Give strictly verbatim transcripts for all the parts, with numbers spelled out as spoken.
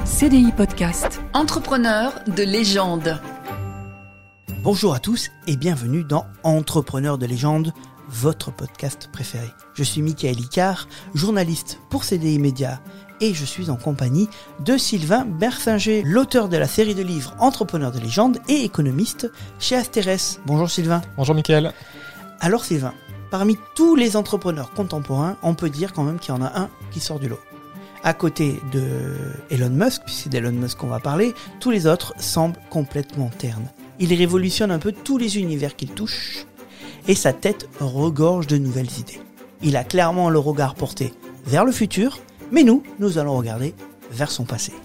C D I Podcast. Entrepreneur de légende. Bonjour à tous et bienvenue dans Entrepreneur de légende, votre podcast préféré. Je suis Michael Icard, journaliste pour C D I Média et je suis en compagnie de Sylvain Bersinger, l'auteur de la série de livres Entrepreneur de légende et économiste chez Asterès. Bonjour Sylvain. Bonjour Michael. Alors Sylvain, parmi tous les entrepreneurs contemporains, on peut dire quand même qu'il y en a un qui sort du lot. À côté de Elon Musk, puisque c'est d'Elon Musk qu'on va parler, tous les autres semblent complètement ternes. Il révolutionne un peu tous les univers qu'il touche, et sa tête regorge de nouvelles idées. Il a clairement le regard porté vers le futur, mais nous, nous allons regarder vers son passé.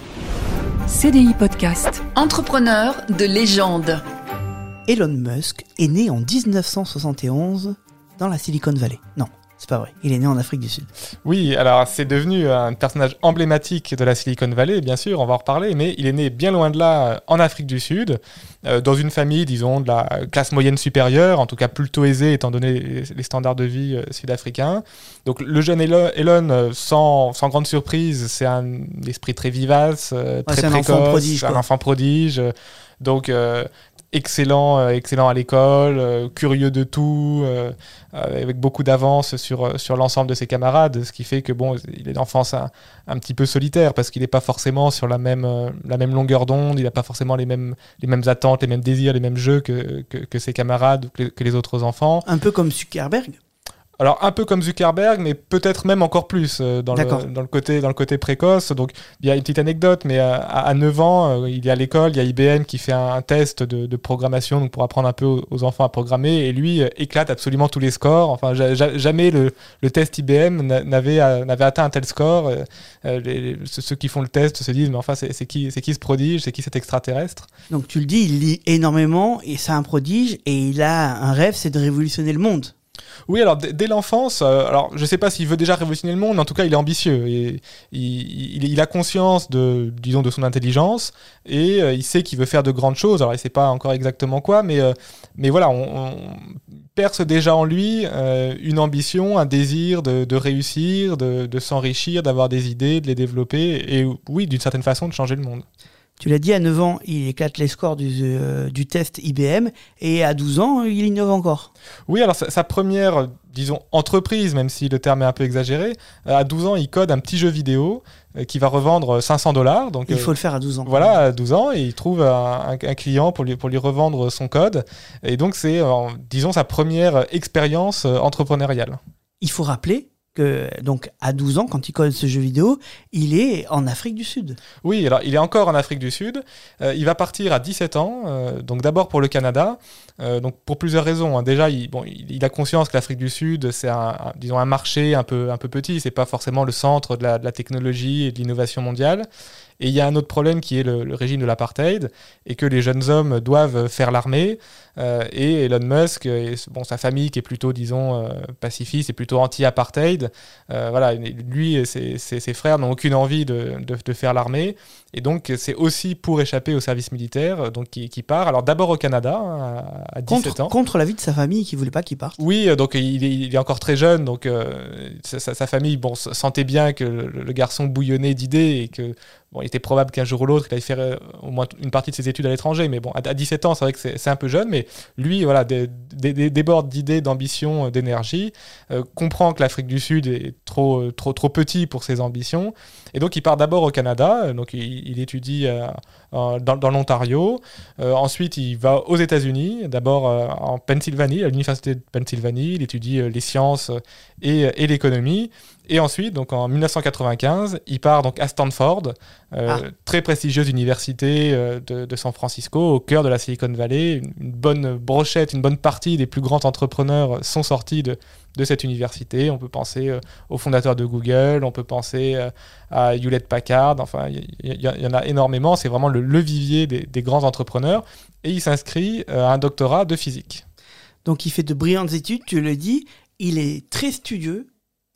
C D I Podcast. Entrepreneur de légende. Elon Musk est né en dix-neuf cent soixante et onze dans la Silicon Valley. Non, c'est pas vrai, il est né en Afrique du Sud. Oui, alors c'est devenu un personnage emblématique de la Silicon Valley, bien sûr, on va en reparler, mais il est né bien loin de là, en Afrique du Sud, euh, dans une famille, disons, de la classe moyenne supérieure, en tout cas plutôt aisée étant donné les standards de vie euh, sud-africains. Donc le jeune Elon, Elon euh, sans, sans grande surprise, c'est un esprit très vivace, euh, très ouais, c'est précoce, un enfant prodige, un enfant prodige, euh, donc... Euh, excellent, euh, excellent à l'école, euh, curieux de tout, euh, euh, avec beaucoup d'avance sur, sur l'ensemble de ses camarades, ce qui fait que bon, il est d'enfance un, un petit peu solitaire parce qu'il n'est pas forcément sur la même, euh, la même longueur d'onde, il n'a pas forcément les mêmes, les mêmes attentes, les mêmes désirs, les mêmes jeux que, que, que ses camarades ou que les, que les autres enfants. Un peu comme Zuckerberg. Alors un peu comme Zuckerberg, mais peut-être même encore plus euh, dans, le, dans, le côté, dans le côté précoce. Donc il y a une petite anecdote, mais à, à neuf ans, euh, il est à l'école, il y a I B M qui fait un, un test de, de programmation donc pour apprendre un peu aux, aux enfants à programmer, et lui euh, éclate absolument tous les scores. Enfin, ja, ja, jamais le, le test I B M n'avait, euh, n'avait atteint un tel score. Euh, les, ceux qui font le test se disent, mais enfin, c'est, c'est, qui, c'est qui ce prodige, c'est qui cet extraterrestre? Donc tu le dis, il lit énormément, et c'est un prodige, et il a un rêve, c'est de révolutionner le monde. Oui, alors d- dès l'enfance, euh, alors je sais pas s'il veut déjà révolutionner le monde, mais en tout cas il est ambitieux et il, il, il a conscience de, disons, de son intelligence et euh, il sait qu'il veut faire de grandes choses. Alors il sait pas encore exactement quoi, mais euh, mais voilà, on, on perce déjà en lui euh, une ambition, un désir de, de réussir, de, de s'enrichir, d'avoir des idées, de les développer et oui, d'une certaine façon de changer le monde. Tu l'as dit, à neuf ans, il éclate les scores du, euh, du test I B M, et à douze ans, il innove encore. Oui, alors sa, sa première, disons, entreprise, même si le terme est un peu exagéré, à douze ans, il code un petit jeu vidéo euh, qui va revendre cinq cents dollars. Donc, il faut euh, le faire à douze ans. Voilà, à douze ans, et il trouve un, un, un client pour lui, pour lui revendre son code. Et donc, c'est, euh, disons, sa première expérience euh, entrepreneuriale. Il faut rappeler que, donc, à douze ans, quand il code ce jeu vidéo, il est en Afrique du Sud. Oui, alors il est encore en Afrique du Sud. Euh, il va partir à dix-sept ans, euh, donc d'abord pour le Canada, euh, donc pour plusieurs raisons. Hein. Déjà, il, bon, il, il a conscience que l'Afrique du Sud, c'est un, un, disons, un marché un peu, un peu petit. C'est pas forcément le centre de la, de la technologie et de l'innovation mondiale. Et il y a un autre problème qui est le, le régime de l'apartheid et que les jeunes hommes doivent faire l'armée. Euh, et Elon Musk, et bon, sa famille qui est plutôt, disons, euh, pacifiste et plutôt anti-apartheid, euh, voilà, lui et ses, ses, ses frères n'ont aucune envie de, de, de faire l'armée. Et donc, c'est aussi pour échapper au service militaire donc, qui, qui part. Alors d'abord au Canada, hein, à dix-sept contre, ans. Contre l'avis de sa famille qui ne voulait pas qu'il parte. Oui, donc il est, il est encore très jeune. Donc euh, sa, sa famille bon, sentait bien que le, le garçon bouillonnait d'idées et que bon, il était probable qu'un jour ou l'autre, il allait faire euh, au moins une partie de ses études à l'étranger. Mais bon, à, à dix-sept ans, c'est vrai que c'est, c'est un peu jeune. Mais lui, voilà, dé, dé, dé, déborde d'idées, d'ambitions, d'énergie, euh, comprend que l'Afrique du Sud est trop, trop, trop petit pour ses ambitions. Et donc, il part d'abord au Canada. Donc, il, il étudie euh, euh, dans, dans l'Ontario. Euh, ensuite, il va aux États-Unis, d'abord euh, en Pennsylvanie, à l'Université de Pennsylvanie. Il étudie euh, les sciences et, et l'économie. Et ensuite, donc en dix-neuf cent quatre-vingt-quinze, il part donc à Stanford, euh, ah. très prestigieuse université euh, de, de San Francisco, au cœur de la Silicon Valley. Une, une bonne brochette, une bonne partie des plus grands entrepreneurs sont sortis de, de cette université. On peut penser euh, au fondateur de Google, on peut penser euh, à Hewlett Packard. Enfin, il y, y, y en a énormément. C'est vraiment le, le vivier des, des grands entrepreneurs. Et il s'inscrit euh, à un doctorat de physique. Donc, il fait de brillantes études, tu le dis. Il est très studieux.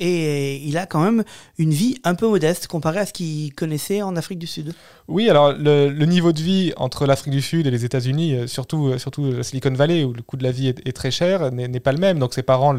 Et il a quand même une vie un peu modeste comparé à ce qu'il connaissait en Afrique du Sud. Oui, alors le, le niveau de vie entre l'Afrique du Sud et les États-Unis, surtout, surtout la Silicon Valley, où le coût de la vie est, est très cher, n'est, n'est pas le même. Donc ses parents le,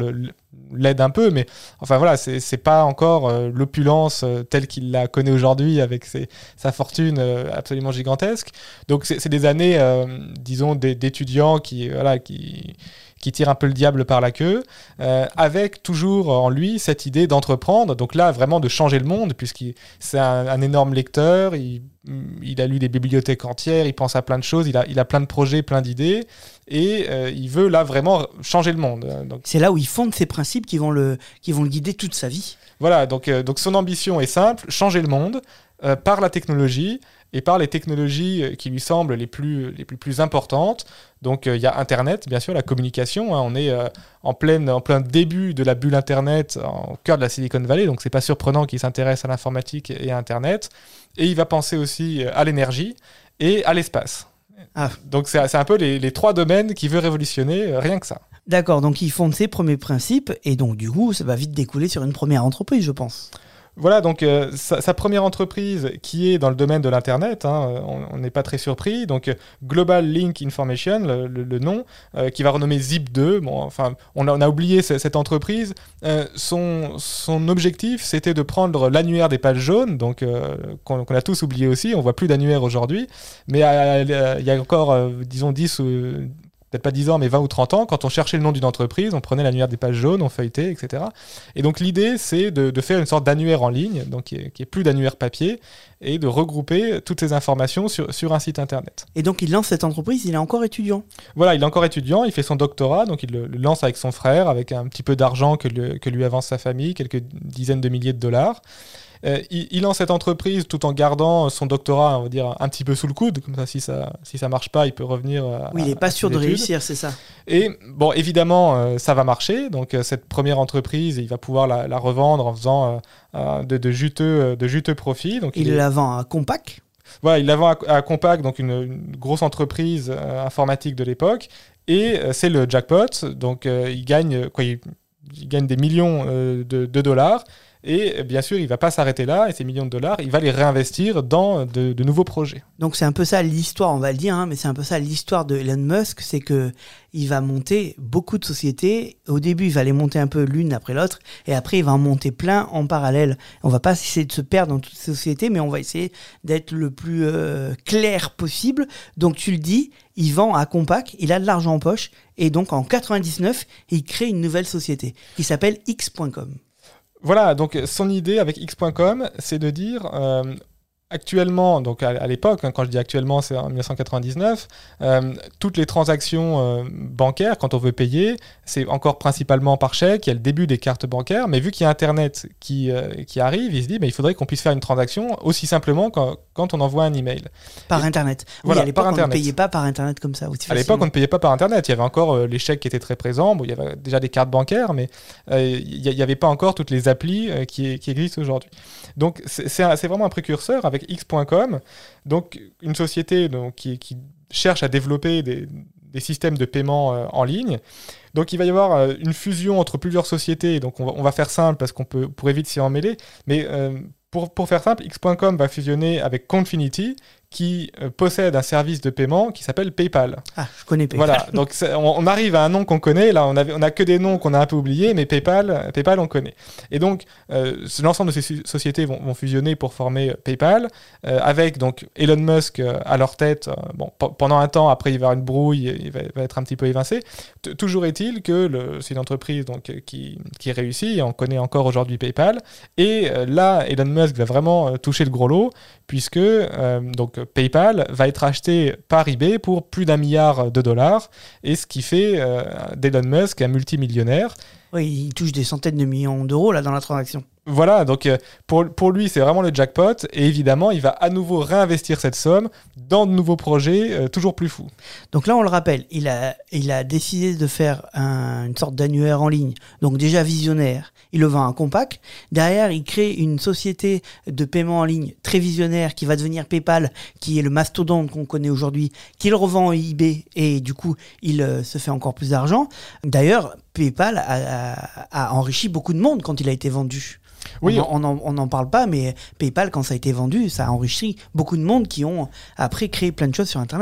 l'aide un peu, mais enfin voilà, c'est, c'est pas encore euh, l'opulence euh, telle qu'il la connaît aujourd'hui avec ses, sa fortune euh, absolument gigantesque. Donc c'est, c'est des années, euh, disons, d'étudiants qui, voilà, qui, qui tirent un peu le diable par la queue, euh, avec toujours en lui cette idée d'entreprendre, donc là vraiment de changer le monde, puisqu'il c'est un, un énorme lecteur, il, il a lu des bibliothèques entières, il pense à plein de choses, il a, il a plein de projets, plein d'idées, et euh, il veut là vraiment changer le monde. Donc, c'est là où il fonde ses principes qui vont le, qui vont le guider toute sa vie. Voilà, donc, euh, donc son ambition est simple, changer le monde euh, par la technologie, et par les technologies qui lui semblent les plus, les plus, plus importantes. Donc il euh, y a Internet, bien sûr, la communication. Hein, on est euh, en, pleine, en plein début de la bulle Internet, au cœur de la Silicon Valley, donc c'est pas surprenant qu'il s'intéresse à l'informatique et à Internet. Et il va penser aussi à l'énergie et à l'espace. Ah. Donc c'est, c'est un peu les, les trois domaines qu'il veut révolutionner, euh, rien que ça. D'accord, donc il fonde ses premiers principes, et donc du coup, ça va vite découler sur une première entreprise, je pense. Voilà, donc euh, sa, sa première entreprise qui est dans le domaine de l'Internet, hein, on n'est pas très surpris, donc Global Link Information, le, le, le nom, euh, qui va renommer Zip deux. Bon, enfin, on a, on a oublié c- cette entreprise. Euh, son, son objectif, c'était de prendre l'annuaire des pages jaunes, donc euh, qu'on, qu'on a tous oublié aussi, on voit plus d'annuaire aujourd'hui, mais il y a encore, euh, disons, dix ou... peut-être pas dix ans, mais vingt ou trente ans, quand on cherchait le nom d'une entreprise, on prenait l'annuaire des pages jaunes, on feuilletait, et cetera. Et donc l'idée, c'est de, de faire une sorte d'annuaire en ligne, donc qui est, qui est plus d'annuaire papier, et de regrouper toutes ces informations sur, sur un site internet. Et donc il lance cette entreprise, il est encore étudiant. Voilà, il est encore étudiant, il fait son doctorat, donc il le, le lance avec son frère, avec un petit peu d'argent que, le, que lui avance sa famille, quelques dizaines de milliers de dollars. Euh, il, il lance cette entreprise tout en gardant son doctorat, on va dire, un petit peu sous le coude, comme ça, si ça, si ça marche pas, il peut revenir. À, oui, il n'est pas sûr de études. réussir, c'est ça. Et bon, évidemment, euh, ça va marcher. Donc euh, cette première entreprise, il va pouvoir la, la revendre en faisant euh, de, de juteux, de juteux profits. Donc il, il la vend à Compaq. Voilà, il la vend à, à Compaq, donc une, une grosse entreprise euh, informatique de l'époque, et euh, c'est le jackpot. Donc euh, il gagne quoi, il, il gagne des millions euh, de, de dollars. Et bien sûr, il ne va pas s'arrêter là, et ces millions de dollars, il va les réinvestir dans de, de nouveaux projets. Donc c'est un peu ça l'histoire, on va le dire, hein, mais c'est un peu ça l'histoire de Elon Musk, c'est qu'il va monter beaucoup de sociétés. Au début, il va les monter un peu l'une après l'autre, et après, il va en monter plein en parallèle. On ne va pas essayer de se perdre dans toutes ces sociétés, mais on va essayer d'être le plus euh, clair possible. Donc tu le dis, il vend à Compaq, il a de l'argent en poche, et donc en quatre-vingt-dix-neuf, il crée une nouvelle société qui s'appelle X point com. Voilà, donc son idée avec X point com, c'est de dire, euh, actuellement, donc à, à l'époque, hein, quand je dis actuellement, c'est en dix-neuf cent quatre-vingt-dix-neuf, euh, toutes les transactions euh, bancaires, quand on veut payer, c'est encore principalement par chèque, il y a le début des cartes bancaires, mais vu qu'il y a Internet qui, euh, qui arrive, il se dit, bah, il faudrait qu'on puisse faire une transaction aussi simplement quand, quand on envoie un email. Par Et, Internet. Oui, voilà, à l'époque, par on Internet. ne payait pas par Internet comme ça. Aussi à l'époque, on ne payait pas par Internet. Il y avait encore euh, les chèques qui étaient très présents. Bon, il y avait déjà des cartes bancaires, mais euh, il n'y avait pas encore toutes les applis euh, qui, qui existent aujourd'hui. Donc, c'est, c'est, un, c'est vraiment un précurseur avec X point com. Donc, une société donc, qui, qui cherche à développer des, des systèmes de paiement euh, en ligne. Donc, il va y avoir euh, une fusion entre plusieurs sociétés. Donc, on va, on va faire simple parce qu'on peut, pourrait vite s'y emmêler. Mais euh, pour, pour faire simple, X point com va fusionner avec Confinity, qui euh, possède un service de paiement qui s'appelle PayPal. Ah, je connais PayPal. Voilà, donc on, on arrive à un nom qu'on connaît. Là, on avait, on a que des noms qu'on a un peu oubliés, mais PayPal, PayPal, on connaît. Et donc, euh, l'ensemble de ces su- sociétés vont, vont fusionner pour former PayPal, euh, avec donc Elon Musk euh, à leur tête. Euh, bon, p- pendant un temps, après, il va y avoir une brouille, il va, il va être un petit peu évincé. T- toujours est-il que le, c'est une entreprise donc qui, qui réussit. Et on connaît encore aujourd'hui PayPal. Et euh, là, Elon Musk va vraiment euh, toucher le gros lot, puisque euh, donc PayPal va être acheté par eBay pour plus d'un milliard de dollars, et ce qui fait euh, d'Elon Musk un multimillionnaire. Oui, il touche des centaines de millions d'euros là dans la transaction. Voilà, donc euh, pour, pour lui, c'est vraiment le jackpot, et évidemment, il va à nouveau réinvestir cette somme dans de nouveaux projets euh, toujours plus fous. Donc là, on le rappelle, il a, il a décidé de faire un, une sorte d'annuaire en ligne, donc déjà visionnaire. Il le vend à Compaq. Derrière, il crée une société de paiement en ligne très visionnaire qui va devenir PayPal, qui est le mastodonte qu'on connaît aujourd'hui, qu'il revend à eBay, et du coup, il euh, se fait encore plus d'argent. D'ailleurs, PayPal a, a, a enrichi beaucoup de monde quand il a été vendu. Oui, on n'en parle pas, mais PayPal, quand ça a été vendu, ça a enrichi beaucoup de monde qui ont après créé plein de choses sur Internet.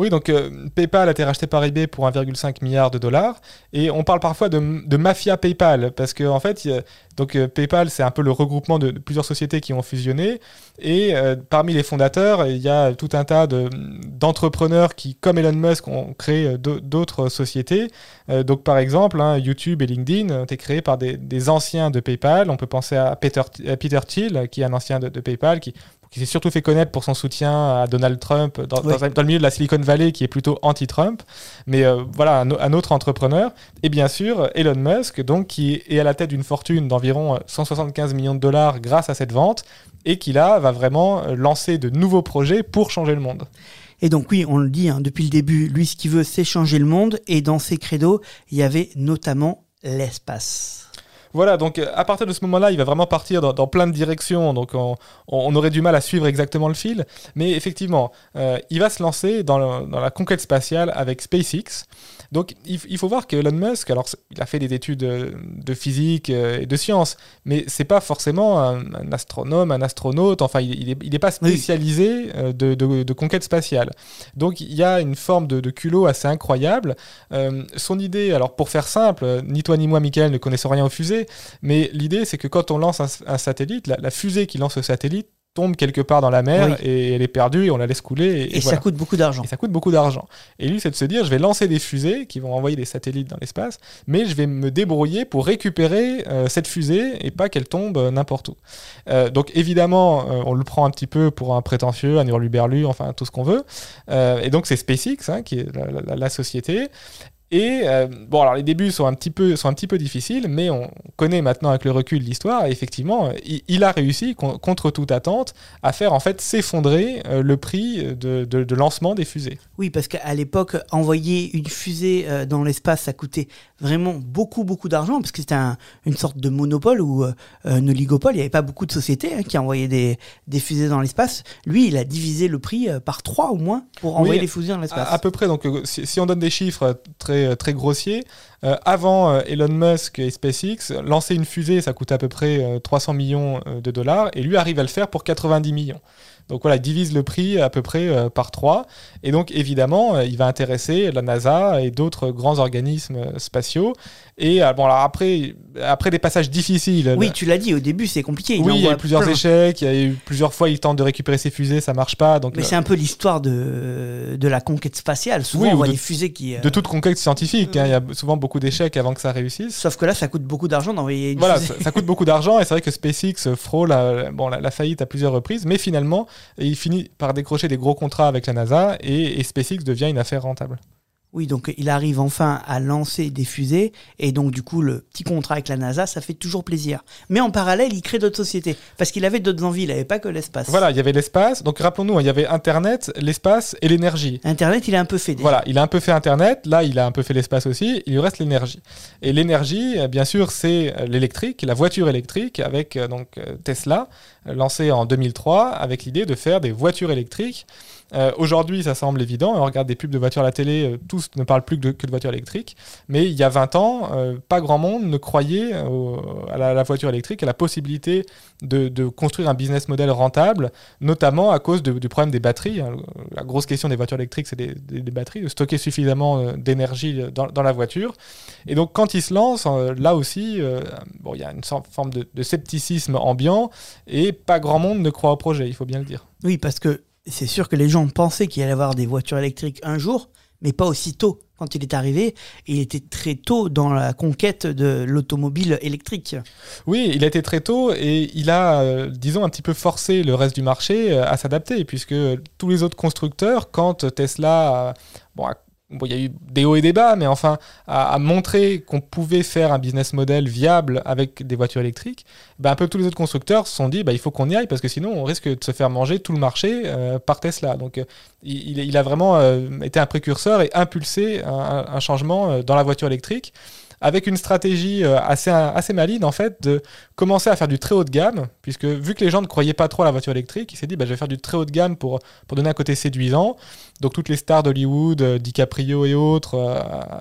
Oui, donc euh, PayPal a été racheté par eBay pour un virgule cinq milliard de dollars et on parle parfois de, de mafia PayPal parce que en fait, y a, donc euh, PayPal c'est un peu le regroupement de, de plusieurs sociétés qui ont fusionné et euh, parmi les fondateurs il y a tout un tas de, d'entrepreneurs qui, comme Elon Musk, ont créé d'autres sociétés. Euh, donc par exemple, hein, YouTube et LinkedIn ont été créés par des, des anciens de PayPal. On peut penser à Peter, à Peter Thiel qui est un ancien de, de PayPal qui qui s'est surtout fait connaître pour son soutien à Donald Trump dans, oui. dans, dans le milieu de la Silicon Valley qui est plutôt anti-Trump. Mais euh, voilà, un, un autre entrepreneur. Et bien sûr, Elon Musk, donc, qui est à la tête d'une fortune d'environ cent soixante-quinze millions de dollars grâce à cette vente et qui, là, va vraiment lancer de nouveaux projets pour changer le monde. Et donc oui, on le dit hein, depuis le début, lui, ce qu'il veut, c'est changer le monde. Et dans ses credos, il y avait notamment l'espace. Voilà, donc à partir de ce moment-là, il va vraiment partir dans, dans plein de directions, donc on, on aurait du mal à suivre exactement le fil, mais effectivement, euh, il va se lancer dans, le, dans la conquête spatiale avec SpaceX. Donc il, il faut voir que Elon Musk, alors il a fait des études de physique et de sciences, mais c'est pas forcément un, un astronome, un astronaute, enfin il, il, est, il est pas spécialisé oui. de, de, de conquête spatiale. Donc il y a une forme de, de culot assez incroyable. Euh, son idée, alors pour faire simple, ni toi ni moi, Michael, ne connaissons rien aux fusées, mais l'idée c'est que quand on lance un, un satellite, la, la fusée qui lance le satellite tombe quelque part dans la mer oui. et elle est perdue et on la laisse couler. Et, et, et ça voilà. coûte beaucoup d'argent. Et ça coûte beaucoup d'argent. Et lui, c'est de se dire, je vais lancer des fusées qui vont envoyer des satellites dans l'espace, mais je vais me débrouiller pour récupérer euh, cette fusée et pas qu'elle tombe euh, n'importe où. Euh, donc évidemment, euh, on le prend un petit peu pour un prétentieux, un hurluberlu, enfin tout ce qu'on veut. Euh, et donc c'est SpaceX, hein, qui est la, la, la société. Et euh, bon, alors les débuts sont un petit peu, sont un petit peu difficiles, mais on connaît maintenant avec le recul l'histoire. Et effectivement, il, il a réussi, con, contre toute attente, à faire en fait s'effondrer euh, le prix de, de, de lancement des fusées. Oui, parce qu'à l'époque, envoyer une fusée euh, dans l'espace, ça coûtait vraiment beaucoup, beaucoup d'argent, parce que c'était un, une sorte de monopole ou euh, un oligopole. Il n'y avait pas beaucoup de sociétés hein, qui envoyaient des, des fusées dans l'espace. Lui, il a divisé le prix euh, par trois au moins pour envoyer oui, les fusées dans l'espace. À, à peu près. Donc, si, si on donne des chiffres très très grossier. Euh, avant euh, Elon Musk et SpaceX, lancer une fusée, ça coûte à peu près euh, trois cents millions de dollars, et lui arrive à le faire pour quatre-vingt-dix millions. Donc voilà, il divise le prix à peu près euh, par trois. Et donc évidemment, euh, il va intéresser la NASA et d'autres grands organismes euh, spatiaux. Et euh, bon, alors après, après des passages difficiles. Oui, là, tu l'as dit, au début, c'est compliqué. Il oui, il y a eu plusieurs plein. échecs. Il y a eu plusieurs fois, il tente de récupérer ses fusées, ça marche pas. Donc, mais euh, c'est un peu l'histoire de, de la conquête spatiale. Souvent, oui, on voit de, des fusées qui. Euh... De toute conquête scientifique. Hein, il y a souvent beaucoup d'échecs avant que ça réussisse. Sauf que là, ça coûte beaucoup d'argent d'envoyer une voilà, fusée. Ça, ça coûte beaucoup d'argent. Et c'est vrai que SpaceX frôle la, bon, la, la faillite à plusieurs reprises. Mais finalement, il finit par décrocher des gros contrats avec la NASA et, et SpaceX devient une affaire rentable. Oui, donc il arrive enfin à lancer des fusées et donc du coup le petit contrat avec la NASA, ça fait toujours plaisir. Mais en parallèle, il crée d'autres sociétés parce qu'il avait d'autres envies, il n'avait pas que l'espace. Voilà, il y avait l'espace. Donc rappelons-nous, il y avait Internet, l'espace et l'énergie. Internet, il a un peu fait déjà. Voilà, il a un peu fait Internet, là il a un peu fait l'espace aussi, il lui reste l'énergie. Et l'énergie, bien sûr, c'est l'électrique, la voiture électrique avec donc Tesla, lancée en deux mille trois avec l'idée de faire des voitures électriques. Euh, aujourd'hui, ça semble évident. On regarde des pubs de voitures à la télé, euh, tous ne parlent plus que de, que de voitures électriques. Mais il y a vingt ans, euh, pas grand monde ne croyait euh, à, la, à la voiture électrique, à la possibilité de, de construire un business model rentable, notamment à cause de, du problème des batteries. Hein. La grosse question des voitures électriques, c'est des, des, des batteries, de stocker suffisamment euh, d'énergie dans, dans la voiture. Et donc, quand ils se lancent, euh, là aussi, euh, bon, il y a une sorte, forme de, de scepticisme ambiant et pas grand monde ne croit au projet, il faut bien le dire. Oui, parce que c'est sûr que les gens pensaient qu'il allait y avoir des voitures électriques un jour, mais pas aussi tôt. Quand il est arrivé, et il était très tôt dans la conquête de l'automobile électrique. Oui, il a été très tôt et il a, euh, disons, un petit peu forcé le reste du marché euh, à s'adapter, puisque tous les autres constructeurs, quand Tesla a, bon, a Bon, il y a eu des hauts et des bas, mais enfin, à, à montrer qu'on pouvait faire un business model viable avec des voitures électriques, ben, un peu tous les autres constructeurs se sont dit, ben, il faut qu'on y aille, parce que sinon, on risque de se faire manger tout le marché euh, par Tesla. Donc, euh, il, il a vraiment euh, été un précurseur et impulsé un, un changement dans la voiture électrique. avec une stratégie euh, assez, assez maligne, en fait, de commencer à faire du très haut de gamme, puisque vu que les gens ne croyaient pas trop à la voiture électrique, il s'est dit, bah, je vais faire du très haut de gamme pour, pour donner un côté séduisant. Donc toutes les stars d'Hollywood, euh, DiCaprio et autres, euh,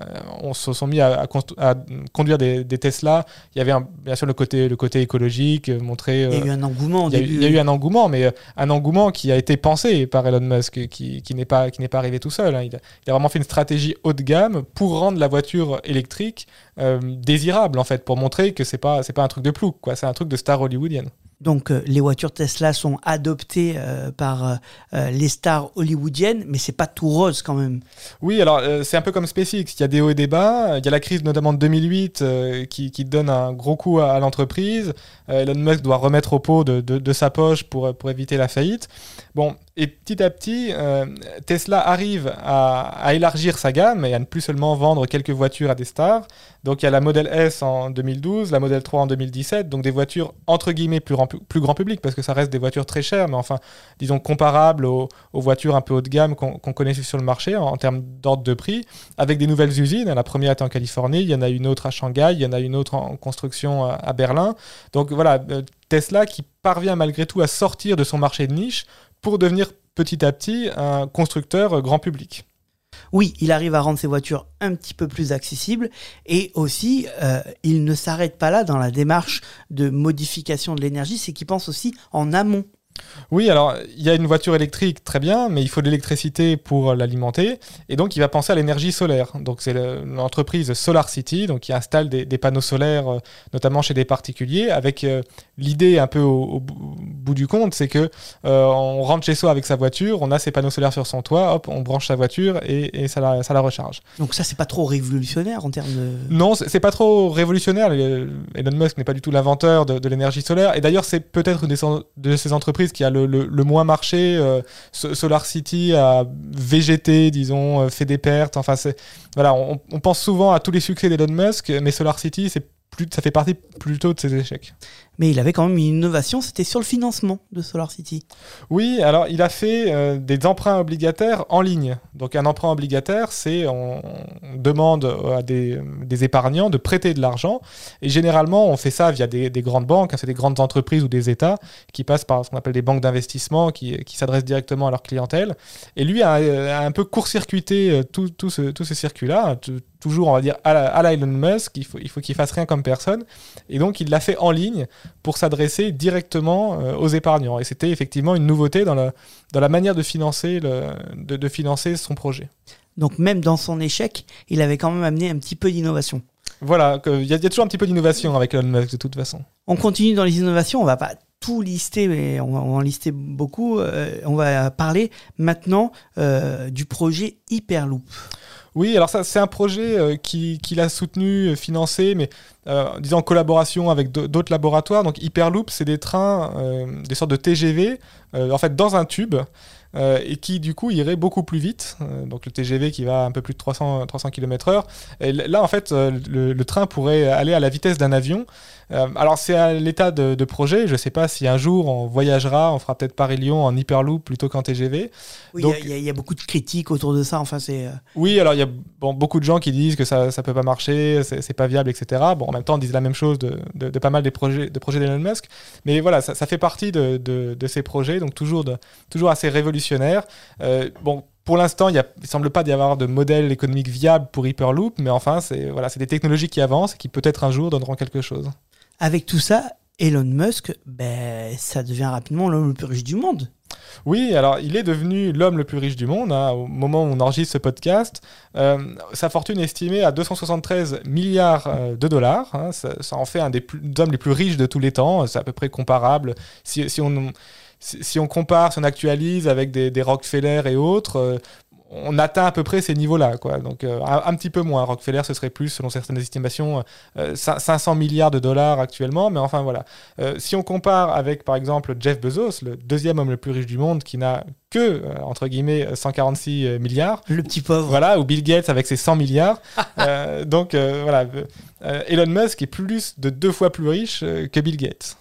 on se sont mis à, à, constru- à conduire des, des Tesla. Il y avait un, bien sûr le côté, le côté écologique, euh, montrer... Il y a eu un engouement au il y a, début. Il y a eu un engouement, mais euh, un engouement qui a été pensé par Elon Musk, qui, qui n'est pas, qui n'est pas arrivé tout seul. Hein. Il, a, il a vraiment fait une stratégie haut de gamme pour rendre la voiture électrique euh, désirable, en fait, pour montrer que c'est pas, c'est pas un truc de plouc, quoi. C'est un truc de star hollywoodienne. Donc euh, les voitures Tesla sont adoptées euh, par euh, les stars hollywoodiennes, mais c'est pas tout rose quand même. Oui, alors euh, c'est un peu comme SpaceX, il y a des hauts et des bas, il y a la crise notamment de deux mille huit euh, qui, qui donne un gros coup à, à l'entreprise, euh, Elon Musk doit remettre au pot de, de, de sa poche pour, pour éviter la faillite. Bon, et petit à petit, euh, Tesla arrive à, à élargir sa gamme et à ne plus seulement vendre quelques voitures à des stars. Donc il y a la Model S en deux mille douze, la Model trois en deux mille dix-sept, donc des voitures entre guillemets plus, rem- plus grand public, parce que ça reste des voitures très chères, mais enfin, disons comparables aux, aux voitures un peu haut de gamme qu'on, qu'on connaît sur le marché en, en termes d'ordre de prix, avec des nouvelles usines. La première est en Californie, il y en a une autre à Shanghai, il y en a une autre en construction à, à Berlin. Donc voilà, euh, Tesla qui parvient malgré tout à sortir de son marché de niche pour devenir petit à petit un constructeur grand public. Oui, il arrive à rendre ses voitures un petit peu plus accessibles et aussi, euh, il ne s'arrête pas là dans la démarche de modification de l'énergie, c'est qu'il pense aussi en amont. Oui, alors il y a une voiture électrique, très bien, mais il faut de l'électricité pour l'alimenter, et donc il va penser à l'énergie solaire. Donc c'est le, l'entreprise SolarCity, donc qui installe des, des panneaux solaires, euh, notamment chez des particuliers, avec euh, l'idée un peu au, au bout du compte, c'est que euh, on rentre chez soi avec sa voiture, on a ses panneaux solaires sur son toit, hop, on branche sa voiture et, et ça, la, ça la recharge. Donc ça, c'est pas trop révolutionnaire en termes de... Non, c'est, c'est pas trop révolutionnaire. Elon Musk n'est pas du tout l'inventeur de, de l'énergie solaire, et d'ailleurs c'est peut-être une des, de ces entreprises qui a le, le, le moins marché. euh, SolarCity a végété, disons, fait des pertes. Enfin, c'est, voilà, on, on pense souvent à tous les succès d'Elon Musk, mais SolarCity, c'est plus, ça fait partie plutôt de ses échecs. Mais il avait quand même une innovation, c'était sur le financement de SolarCity. Oui, alors il a fait euh, des emprunts obligataires en ligne. Donc un emprunt obligataire, c'est on, on demande à des, des épargnants de prêter de l'argent. Et généralement, on fait ça via des, des grandes banques, hein, c'est des grandes entreprises ou des États qui passent par ce qu'on appelle des banques d'investissement, qui, qui s'adressent directement à leur clientèle. Et lui a, a un peu court-circuité tout, tout, ce, tout ce circuit-là, tout, toujours, on va dire, à la, à la Elon Musk. Il faut, il faut qu'il fasse rien comme personne. Et donc, il l'a fait en ligne pour s'adresser directement euh, aux épargnants. Et c'était effectivement une nouveauté dans la, dans la manière de financer, le, de, de financer son projet. Donc même dans son échec, il avait quand même amené un petit peu d'innovation. Voilà, il y, y a toujours un petit peu d'innovation avec Elon Musk de toute façon. On continue dans les innovations, on va pas tout lister, mais on va, on va en lister beaucoup. Euh, on va parler maintenant euh, du projet Hyperloop. Oui, alors ça, c'est un projet euh, qui, qu'il a soutenu, financé, mais euh, disons en collaboration avec d'autres laboratoires. Donc Hyperloop, c'est des trains, euh, des sortes de T G V, euh, en fait dans un tube, euh, et qui du coup iraient beaucoup plus vite. Euh, donc le T G V qui va un peu plus de trois cents kilomètres heure. Et là, en fait, euh, le, le train pourrait aller à la vitesse d'un avion. Euh, alors c'est à l'état de, de projet. Je ne sais pas si un jour on voyagera, on fera peut-être Paris-Lyon en Hyperloop plutôt qu'en T G V. Oui, donc, il y, y a beaucoup de critiques autour de ça. Enfin, c'est. Euh... Oui, alors il y a bon, beaucoup de gens qui disent que ça ça peut pas marcher, c'est, c'est pas viable, et cetera. Bon, en même temps, on disent la même chose de, de, de pas mal des projets, de projets d'Elon Musk. Mais voilà, ça, ça fait partie de, de, de ces projets, donc toujours de, toujours assez révolutionnaire. Euh, bon. Pour l'instant, il ne semble pas y avoir de modèle économique viable pour Hyperloop, mais enfin, c'est, voilà, c'est des technologies qui avancent et qui peut-être un jour donneront quelque chose. Avec tout ça, Elon Musk, ben, ça devient rapidement l'homme le plus riche du monde. Oui, alors il est devenu l'homme le plus riche du monde, hein, au moment où on enregistre ce podcast. Euh, sa fortune est estimée à deux cent soixante-treize milliards euh, de dollars. Hein, ça, ça en fait un des plus, hommes les plus riches de tous les temps. C'est à peu près comparable. Si, si on... Si on compare, si on actualise avec des, des Rockefeller et autres, euh, on atteint à peu près ces niveaux-là, quoi. Donc euh, un, un petit peu moins. Rockefeller, ce serait plus, selon certaines estimations, euh, cinq cents milliards de dollars actuellement. Mais enfin, voilà. Euh, si on compare avec, par exemple, Jeff Bezos, le deuxième homme le plus riche du monde, qui n'a que, euh, entre guillemets, cent quarante-six milliards. Le petit pauvre. Voilà, ou Bill Gates avec ses cent milliards. euh, donc, euh, voilà. Euh, Elon Musk est plus de deux fois plus riche euh, que Bill Gates.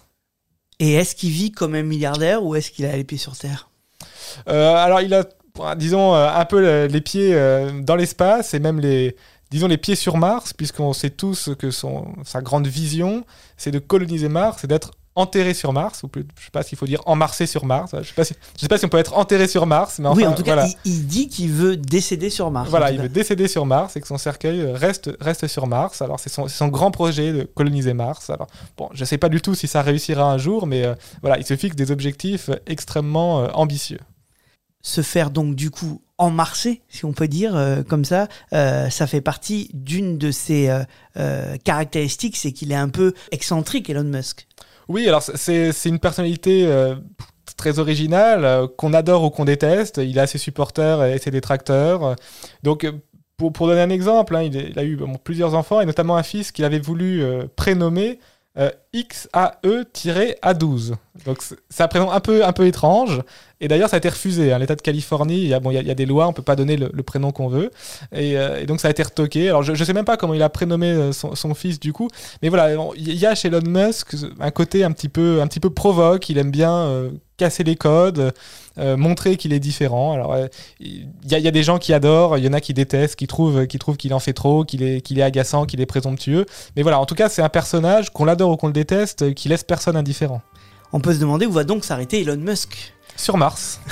Et est-ce qu'il vit comme un milliardaire ou est-ce qu'il a les pieds sur terre ? euh, Alors, il a, disons, un peu les pieds dans l'espace et même les, disons, les pieds sur Mars, puisqu'on sait tous que son, sa grande vision, c'est de coloniser Mars, c'est d'être enterré sur Mars, ou plus, je sais pas s'il faut dire emmarsé sur Mars. Je sais pas si, je sais pas si on peut être enterré sur Mars, mais enfin, oui, en tout cas, voilà. il, il dit qu'il veut décéder sur Mars. Voilà, il veut décéder sur Mars et que son cercueil reste, reste sur Mars. Alors, c'est son, c'est son grand projet de coloniser Mars. Alors, bon, je sais pas du tout si ça réussira un jour, mais euh, voilà, il se fixe des objectifs extrêmement euh, ambitieux. Se faire donc du coup emmarcher, si on peut dire euh, comme ça, euh, ça fait partie d'une de ses euh, euh, caractéristiques, c'est qu'il est un peu excentrique, Elon Musk. Oui, alors c'est, c'est une personnalité euh, très originale, euh, qu'on adore ou qu'on déteste. Il a ses supporters et ses détracteurs. Donc, pour, pour donner un exemple, hein, il, il a eu bon, plusieurs enfants, et notamment un fils qu'il avait voulu euh, prénommer euh, X A E A douze. Donc, c'est un prénom un peu, un peu étrange. Et d'ailleurs, ça a été refusé. Hein. L'État de Californie, il y a, bon, il y a, il y a des lois, on ne peut pas donner le, le prénom qu'on veut. Et, euh, et donc, ça a été retoqué. Alors, je ne sais même pas comment il a prénommé son, son fils, du coup. Mais voilà, il y a chez Elon Musk un côté un petit peu, un petit peu provoque. Il aime bien euh, casser les codes, euh, montrer qu'il est différent. Alors, euh, il, y a, il y a des gens qui adorent, il y en a qui détestent, qui trouvent, qui trouvent qu'il en fait trop, qu'il est, qu'il est agaçant, qu'il est présomptueux. Mais voilà, en tout cas, c'est un personnage, qu'on l'adore ou qu'on le déteste, qui laisse personne indifférent. On peut se demander où va donc s'arrêter Elon Musk. Sur Mars.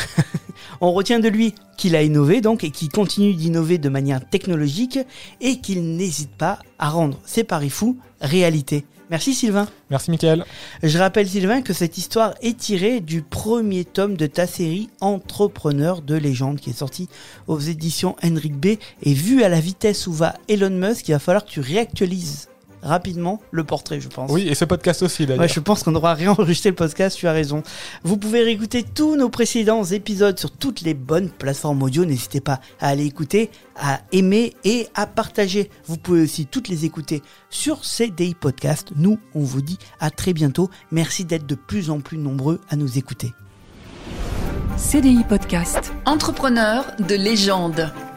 On retient de lui qu'il a innové donc et qu'il continue d'innover de manière technologique et qu'il n'hésite pas à rendre ses paris fous réalité. Merci Sylvain. Merci Mickaël. Je rappelle Sylvain que cette histoire est tirée du premier tome de ta série Entrepreneur de légende qui est sorti aux éditions Henrik B. Et vu à la vitesse où va Elon Musk, il va falloir que tu réactualises rapidement le portrait, je pense. Oui, et ce podcast aussi d'ailleurs. Ouais, je pense qu'on devra réenregistrer le podcast, tu as raison. Vous pouvez réécouter tous nos précédents épisodes sur toutes les bonnes plateformes audio. N'hésitez pas à aller écouter, à aimer et à partager. Vous pouvez aussi toutes les écouter sur C D I Podcast. Nous, on vous dit à très bientôt. Merci d'être de plus en plus nombreux à nous écouter. C D I Podcast. Entrepreneur de légende.